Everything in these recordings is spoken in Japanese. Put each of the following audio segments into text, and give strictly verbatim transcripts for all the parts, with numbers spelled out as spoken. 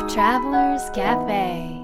Travelers Cafe。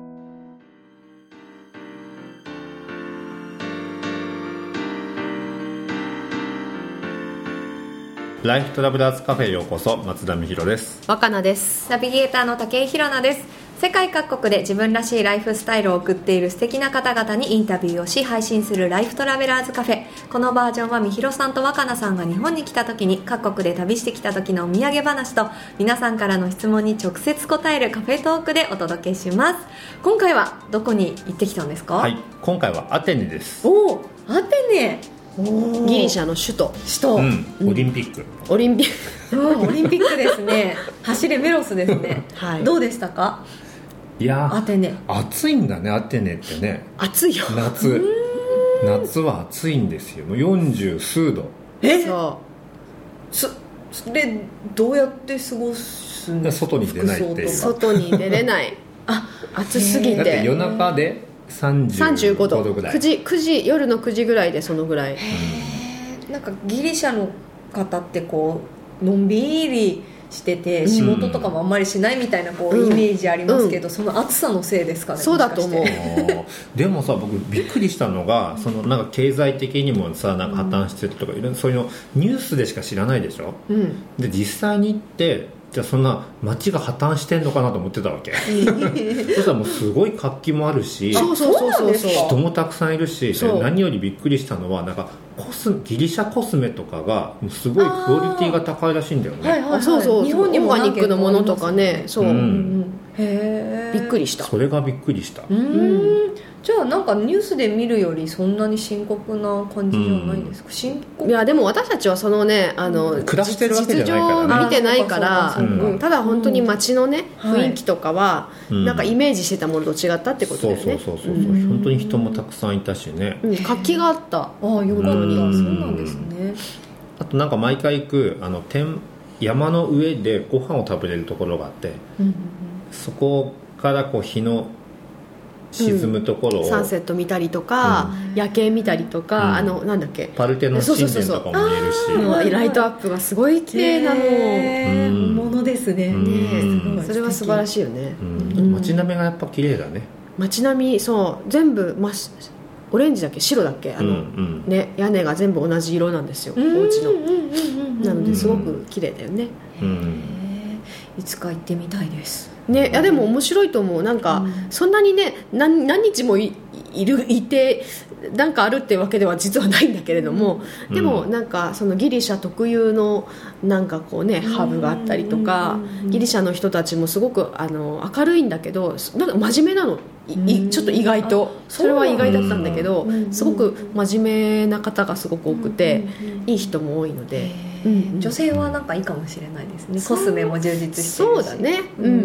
ライフトラベラーズカフェへようこそ。松田美弘です。 若菜です。 ナビゲーターの武井宏奈です。世界各国で自分らしいライフスタイルを送っている素敵な方々にインタビューをし配信するライフトラベラーズカフェ。このバージョンは美弘さんと若菜さんが日本に来た時に各国で旅してきた時のお土産話と皆さんからの質問に直接答えるカフェトークでお届けします。今回はどこに行ってきたんですか？ はい、今回はアテネです。 おお、アテネ。 ギリシャの首都首都、 うん、オリンピック、 オリンピックオリンピックですね。走れメロスですね、 はい、 どうでしたか？ いやアテネ暑いんだね。アテネってね、 暑いよ。 夏夏は暑いんですよ。もうよんじゅう数度。 えそうそそれどうやって過ごすんですか？ 外に出ないっていう。 外に出れないあ、暑すぎて。 だって夜中でさんじゅうごどぐらい。 くじ、くじ夜のくじぐらいでそのぐらい。 へー、なんかギリシャの方ってこうのんびりしてて仕事とかもあんまりしないみたいなこう、うん、イメージありますけど、うん、その暑さのせいですかね？ そうだと思う。 でもさ、僕びっくりしたのが、そのなんか経済的にもさ、なんか破綻してるとか、うん、そういうのニュースでしか知らないでしょ、うん、で実際に行ってじゃあそんな街が破綻してんのかなと思ってたわけ。そしたらもうすごい活気もあるし、 そうそうそうそうそう、 人もたくさんいるし、何よりびっくりしたのはなんかコスギリシャコスメとかがすごいクオリティが高いらしいんだよね。 はいはいはい、そうそう、日本にもオーガニックのものとかね、そう、うん、 へー、 びっくりした。 それがびっくりした。 うーん、じゃあなんかニュースで見るよりそんなに深刻な感じじゃないですか？うん、深刻。 いやでも私たちはそのね、あの、うん、 暮らしてるわけじゃないからね、 実情見てないから、うん、ただ本当に街のね、 うん、 雰囲気とかは、うん、なんかイメージしてたものと違ったってことだよね。 そうそうそうそう、うん、本当に人もたくさんいたしね、 うん、活気があった。 ああ、よかった、うん、そうなんですね。 あとなんか毎回行くあの天山の上でご飯を食べれるところがあって、うん、そこからこう日の沈むところを、うん、 サンセット見たりとか、うん、夜景見たりとか、うん、あのなんだっけ、 パルテノン神殿とかも見えるし、 そうそうそう、ライトアップがすごい綺麗なの、 えー、ものですね、うん、 ね、それは素晴らしいよね、 うんうん、街並みがやっぱ綺麗だね。 街並み、そう全部真オレンジだっけ白だっけ、あの、うんうん、ね、屋根が全部同じ色なんですよ、お家の。なのですごく綺麗だよね、 うん、いつか行ってみたいですね。いやでも面白いと思う。なんか、うん、そんなにね 何, 何日も い, い, るいてなんかあるってわけでは実はないんだけれども、うん、でもなんかそのギリシャ特有のなんかこうね、ハブがあったりとか、ギリシャの人たちもすごくあの明るいんだけど、なんか真面目なの、いちょっと意外とそれは意外だったんだけど、すごく真面目な方がすごく多くて、いい人も多いので、 うんうん、女性はなんかいいかもしれないですね。コスメも充実してるし。 そうだね、うんうんうん、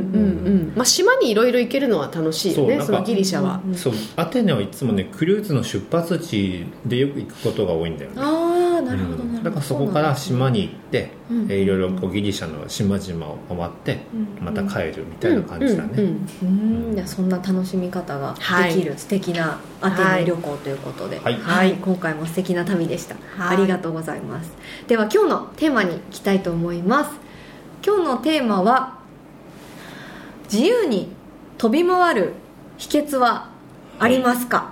まあ、島にいろいろ行けるのは楽しいよね、そのギリシャは。 そう、アテネはいつもね、クルーズの出発地でよく行くことが多いんだよね。 ああ、なるほど、うん、なるほど。 だからそこから島に行って、うん、えー、いろいろこうギリシャの島々を回って、うん、また帰るみたいな感じだね。 うんうんうん、いや、そんな楽しみ方ができる、はい、素敵なアテネ旅行ということで、はいはい、今回も素敵な旅でした、はい、ありがとうございます。では今日のテーマに行きたいと思います。今日のテーマは、自由に飛び回る秘訣はありますか、はい、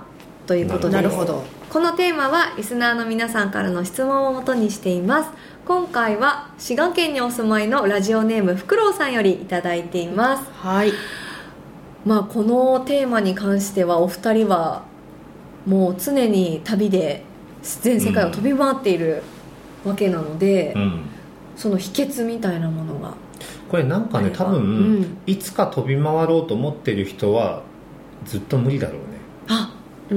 ということです。 なるほど。 このテーマはリスナーの皆さんからの質問をもとにしています。今回は滋賀県にお住まいのラジオネームフクロウさんよりいただいています。 はい。 まあ、このテーマに関してはお二人はもう常に旅で全世界を飛び回っているわけなので、うん、その秘訣みたいなものがこれなんかね、多分、うん、いつか飛び回ろうと思ってる人はずっと無理だろうね。 あ、うん、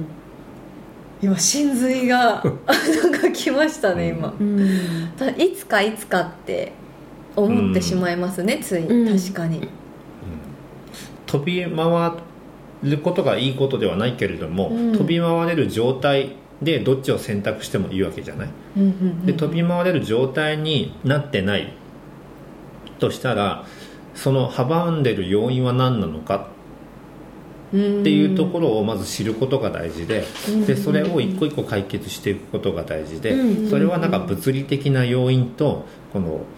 今真髄がなんか来ましたね今、うん、いつかいつかって思ってしまいますね、うん、つい、うん、確かに、うん、 飛び回ることがいいことではないけれども、うん、飛び回れる状態でどっちを選択してもいいわけじゃない、うんうんうん、で飛び回れる状態になってないとしたら、その阻んでる要因は何なのかっていうところをまず知ることが大事で、でそれを一個一個解決していくことが大事で、それはなんか物理的な要因とこの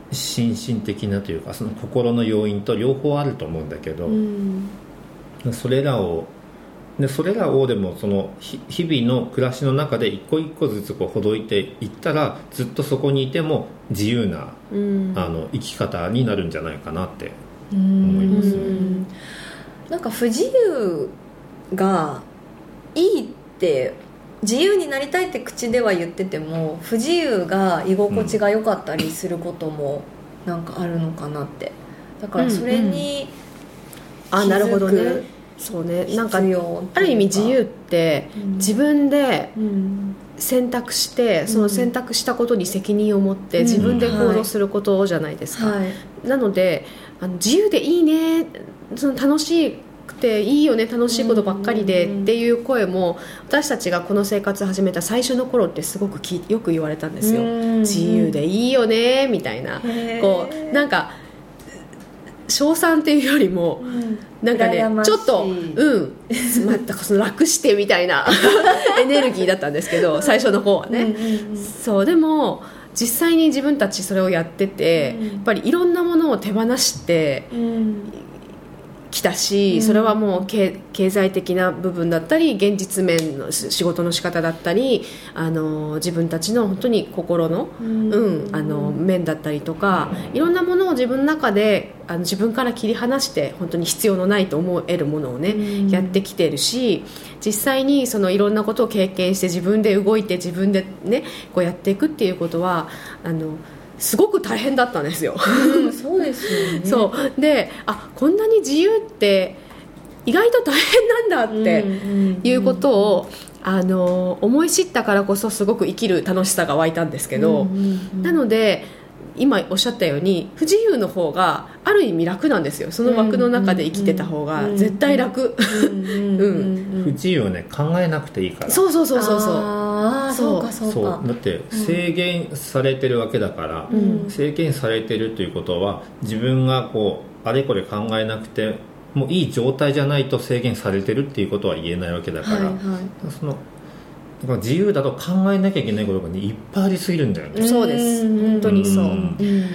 心身的なというかその心の要因と両方あると思うんだけど、うん、それらをでそれらをでもその日々の暮らしの中で一個一個ずつこうほどいていったらずっとそこにいても自由な、うん、あの生き方になるんじゃないかなって思いますね。うん、 なんか不自由がいいって自由になりたいって口では言ってても不自由が居心地が良かったりすることもなんかあるのかなって。だからそれに気づく、 あ、なるほどね。そうね、なんかある意味自由って自分で選択して、うん、その選択したことに責任を持って自分で行動することじゃないですか、うんはい、なのであの自由でいいね、その楽しくていいよね、楽しいことばっかりでっていう声も私たちがこの生活を始めた最初の頃ってすごくきよく言われたんですよ。自由でいいよねみたいな、こうなんか称賛っていうよりも、うん、なんかねちょっとうんまたその楽してみたいなエネルギーだったんですけど最初の方はね、うんうんうん、そうでも実際に自分たちそれをやってて、うん、やっぱりいろんなものを手放してきたし、うん、それはもう 経, 経済的な部分だったり現実面の仕事の仕方だったり、あの自分たちの本当に心の、うんうん、あの面だったりとか、いろんなものを自分の中であの自分から切り離して本当に必要のないと思えるものをね、うん、やってきてるし、実際にそのいろんなことを経験して自分で動いて自分でねこうやっていくっていうことはあのすごく大変だったんですよ、 うん、そうですよね。 そうで、あ、こんなに自由って意外と大変なんだっていうことを、あの思い知ったからこそすごく生きる楽しさが湧いたんですけど、うんうんうん、なので今おっしゃったように不自由の方がある意味楽なんですよ。その枠の中で生きてた方が絶対楽。 不自由をね考えなくていいから。 そうそうそうそうそう。 あ、そうかそうか。 そうだって制限されてるわけだから、うん、制限されてるということは自分がこうあれこれ考えなくてもういい状態じゃないと制限されてるっていうことは言えないわけだから、はいはい、その自由だと考えなきゃいけないことが、ね、いっぱいありすぎるんだよね。 そうです、本当にそう、うん、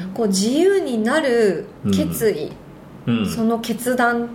こう自由になる決意、うん、その決断って、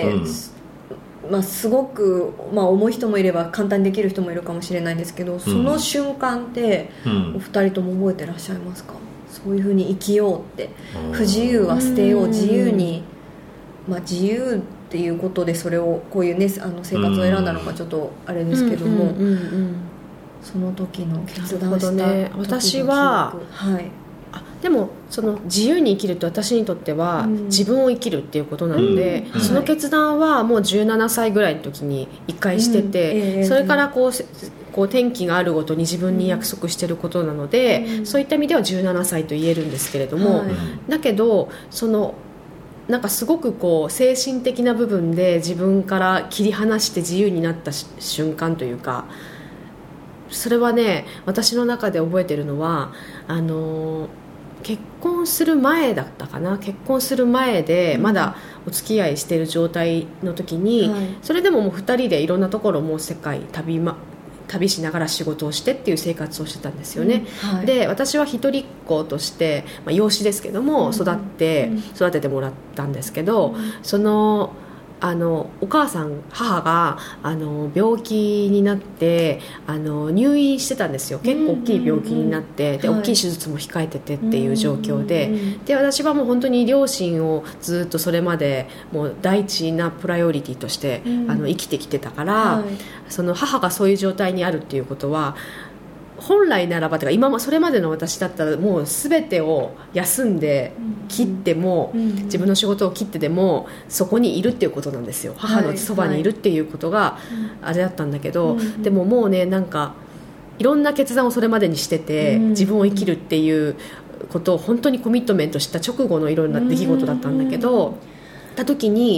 うんまあ、すごく、まあ、重い人もいれば簡単にできる人もいるかもしれないんですけど、その瞬間って、うん、お二人とも覚えてらっしゃいますか？そういうふうに生きようって、不自由は捨てよう、自由に、まあ、自由っていうことでそれをこういう、ね、あの生活を選んだのかちょっとあれですけども、その時の決断した時の、ね、 私は、はい、あでもその自由に生きるって私にとっては、うん、自分を生きるっていうことなので、うん、その決断はもうじゅうななさいぐらいの時にいっかいしてて、うんえー、それからこうこう転機があるごとに自分に約束してることなので、うん、そういった意味ではじゅうななさいと言えるんですけれども、はい、だけどそのなんかすごくこう精神的な部分で自分から切り離して自由になった瞬間というか、それはね私の中で覚えてるのはあの結婚する前だったかな。結婚する前でまだお付き合いしている状態の時に、はい、それでももうふたりでいろんなところも世界旅ま旅しながら仕事をしてっていう生活をしてたんですよね、うんはい、で私は一人っ子として、まあ、養子ですけども育って、うん、育ててもらったんですけど、うん、そのあのお母さん母があの病気になってあの入院してたんですよ。結構大きい病気になって、うんうんうん、で、はい、大きい手術も控えててっていう状況で、うんうんうん、で私はもう本当に両親をずっとそれまでもう第一なプライオリティとして、うん、あの生きてきてたから、はい、その母がそういう状態にあるっていうことは本来ならばというか今もそれまでの私だったらもう全てを休んで切っても、うんうん、自分の仕事を切ってでもそこにいるっていうことなんですよ。母のそばにいるっていうことがあれだったんだけど、はいはい、でももうねなんかいろんな決断をそれまでにしてて、うん、自分を生きるっていうことを本当にコミットメントした直後のいろんな出来事だったんだけど、うん、た時に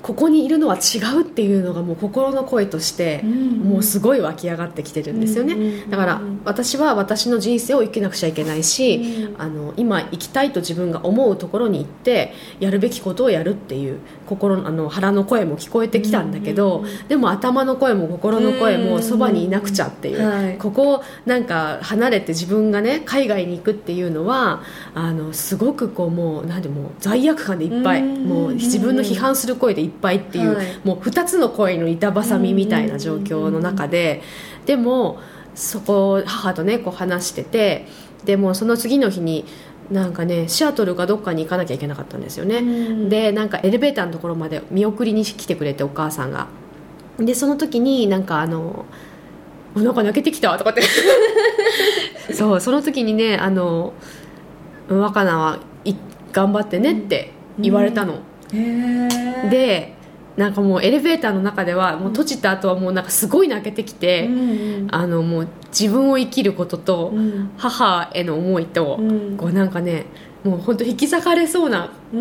ここにいるのは違うっていうのがもう心の声としてもうすごい湧き上がってきてるんですよね。だから私は私の人生を生きなくちゃいけないし、あの今生きたいと自分が思うところに行ってやるべきことをやるっていう心あの腹の声も聞こえてきたんだけど、でも頭の声も心の声もそばにいなくちゃっていう、はい、ここなんか離れて自分がね海外に行くっていうのはあのすごくこうもうなんでもう罪悪感でいっぱい、もう自分の批判する声でいっぱいっていう、はい、もうふたつの声の板挟みみたいな状況の中で、でもそこを母とねこう話してて、でもその次の日になんかねシアトルかどっかに行かなきゃいけなかったんですよね。でなんかエレベーターのところまで見送りに来てくれて、お母さんが。でその時になんかあのなんか泣けてきたとかってそうその時にねあの若菜はい頑張ってねって言われたの、うん、へでなんかもうエレベーターの中ではもう閉じた後はもうなんかすごい泣けてきて、うん、あのもう自分を生きることと母への思いと、うん、こうなんかねもう本当引き裂かれそうな、うん、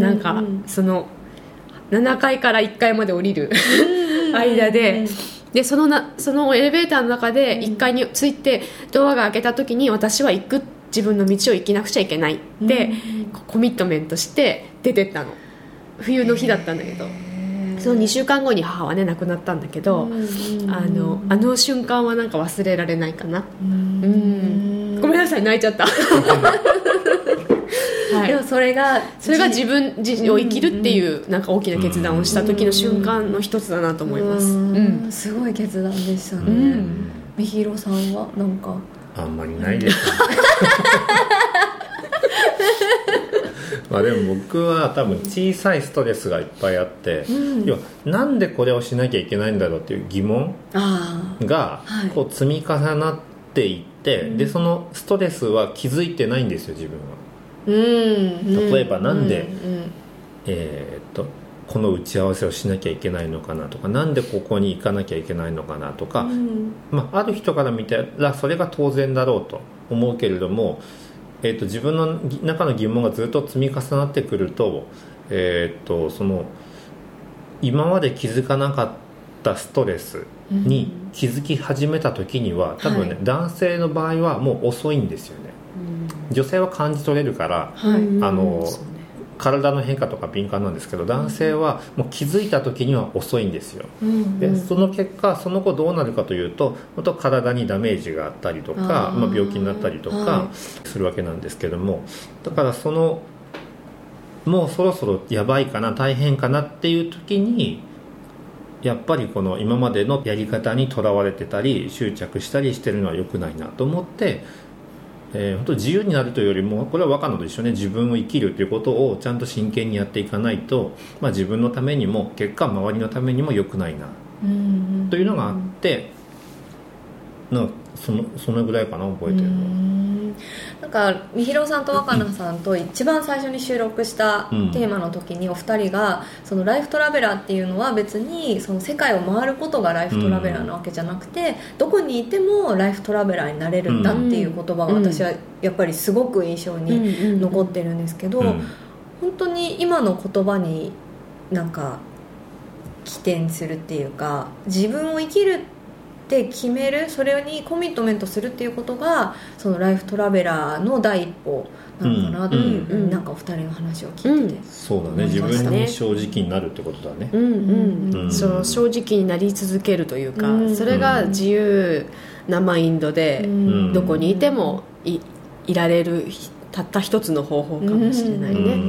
なんかそのななかいからいっかいまで降りる間で、でそのなそのエレベーターの中でいっかいに着いてドアが開けた時に私は行く自分の道を生きなくちゃいけないってコミットメントして出てったの。冬の日だったんだけど、そのにしゅうかんごに母はね亡くなったんだけど、あのあの瞬間はなんか忘れられないかな。うんごめんなさい泣いちゃったはい、でもそれがそれが自分自身を生きるっていうなんか大きな決断をした時の瞬間の一つだなと思います。うんうん、 すごい決断でしたね。うん、みひろさんはなんかあんまりないですねまあでも僕は多分小さいストレスがいっぱいあって、うん、要はなんでこれをしなきゃいけないんだろうっていう疑問がこう積み重なっていって、はい、でそのストレスは気づいてないんですよ自分は。うん、例えばなんで、うんうん、えー、っとこの打ち合わせをしなきゃいけないのかなとか、なんでここに行かなきゃいけないのかなとか、うんまあ、ある人から見たらそれが当然だろうと思うけれども、えー、っと自分の中の疑問がずっと積み重なってくると、えー、っとその今まで気づかなかったストレスに気づき始めた時には、多分ね、はい、男性の場合はもう遅いんですよね。女性は感じ取れるから、はい、あの体の変化とか敏感なんですけど、男性はもう気づいた時には遅いんですよ、うんうん、でその結果その後どうなるかというと、また体にダメージがあったりとか、あ、まあ、病気になったりとかするわけなんですけども、だからそのもうそろそろやばいかな大変かなっていう時にやっぱりこの今までのやり方にとらわれてたり執着したりしてるのは良くないなと思って、えー、本当自由になるというよりも、これは若野と一緒ね、自分を生きるということをちゃんと真剣にやっていかないと、まあ、自分のためにも結果周りのためにも良くないなというのがあって、なそのそのぐらいかな覚えてるのは。 なんかみひろさんと若菜さんと一番最初に収録したテーマの時にお二人が、そのライフトラベラーっていうのは別にその世界を回ることがライフトラベラーなわけじゃなくて、どこにいてもライフトラベラーになれるんだっていう言葉が私はやっぱりすごく印象に残ってるんですけど、本当に今の言葉になんか起点するっていうか、自分を生きるって決める、それにコミットメントするっていうことがそのライフトラベラーの第一歩なのかなっていう、うんうん、なんかお二人の話を聞いてて、うん、 そうだね、自分に正直になるってことだね、 うんうんうん、その正直になり続けるというか、うん、それが自由なマインドで、うん、どこにいても い, いられるたった一つの方法かもしれないね、うんうん、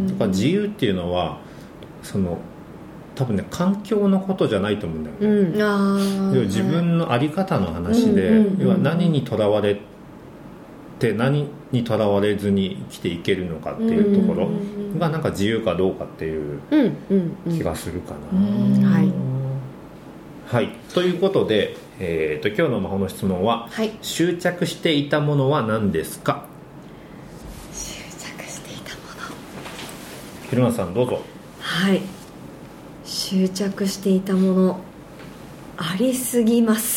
だから自由っていうのはその多分ね環境のことじゃないと思うんだよね、うん、あ要は自分の在り方の話で、うん、要は何にとらわれて何にとらわれずに生きていけるのかっていうところがなんか自由かどうかっていう気がするかな、うんうん、はい、はい、ということで、えー、と今日の魔法の質問は、はい、執着していたものは何ですか。 執着していたもの、 ひろなさんどうぞ。 はい、執着していたものありすぎます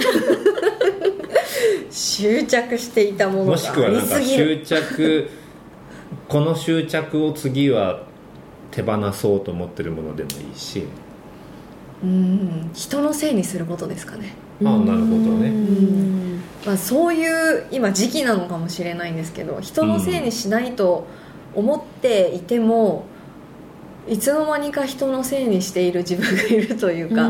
執着していたものがありすぎる。 もしくはなんか執着この執着を次は手放そうと思ってるものでもいいし、 うん人のせいにすることですかね。 ああなるほどね、 うんまあ、そういう今時期なのかもしれないんですけど、人のせいにしないと思っていても、うん、いつの間にか人のせいにしている自分がいるというか、うん、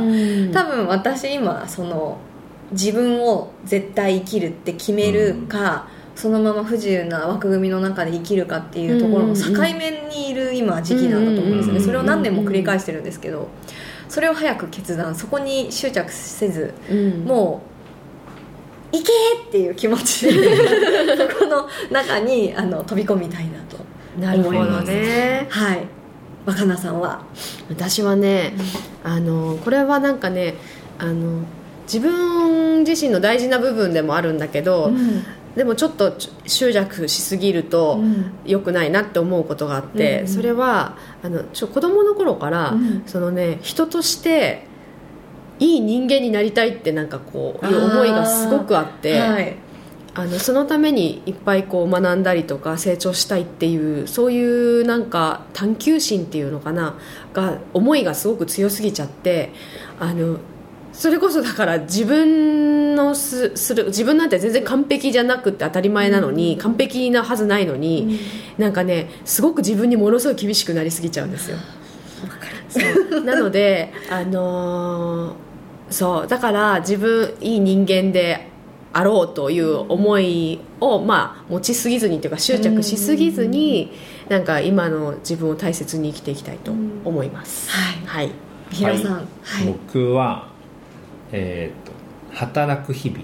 多分私今その自分を絶対生きるって決めるか、うん、そのまま不自由な枠組みの中で生きるかっていうところの境目にいる今時期なんだと思うんですよね。それを何年も繰り返してるんですけど、それを早く決断、そこに執着せず、うん、もう行けっていう気持ちでそこの中にあの飛び込みたいなと思います。なるほどね。はい。若菜さんは？ 私はね、うん、あのこれはなんかね、あの自分自身の大事な部分でもあるんだけど、うん、でもちょっと執着しすぎると良くないなって思うことがあって、うん、それはあのちょ子供の頃から、うん、そのね、人としていい人間になりたいってなんかこういう思いがすごくあって、はい、あのそのためにいっぱいこう学んだりとか成長したいっていう、そういうなんか探求心っていうのかなが、思いがすごく強すぎちゃって、あのそれこそだから自分の す, する自分なんて全然完璧じゃなくて当たり前なのに、うん、完璧なはずないのに、うん、なんかねすごく自分にものすごい厳しくなりすぎちゃうんですよ。そうなので、あのー、そうだから自分いい人間であろうという思いを、まあ、持ちすぎずにというか執着しすぎずに、うん、なんか今の自分を大切に生きていきたいと思います、うん、はい、 ひろさん、はいはい、僕はえー、と働く日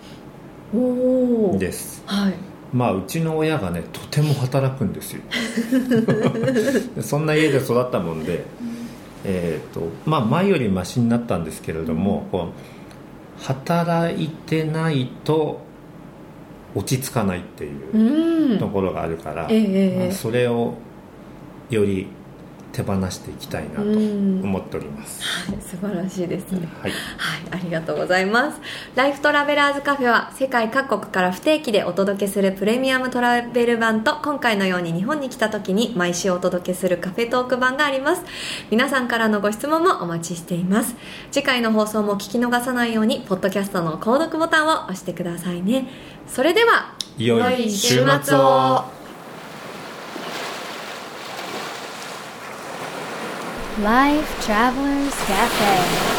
々です、 はい、 まあうちの親がねとても働くんですよそんな家で育ったもんで、えーとまあ、前よりマシになったんですけれども、こう働いてないと落ち着かないっていうところがあるから、うんえーまあ、それをより手放していきたいなと思っております、 はい、素晴らしいですね、 はいはい、ありがとうございます。ライフトラベラーズカフェは世界各国から不定期でお届けするプレミアムトラベル版と、今回のように日本に来た時に毎週お届けするカフェトーク版があります。皆さんからのご質問もお待ちしています。次回の放送も聞き逃さないようにポッドキャストの購読ボタンを押してくださいね。それでは良い週末を。 Life Travelers Cafe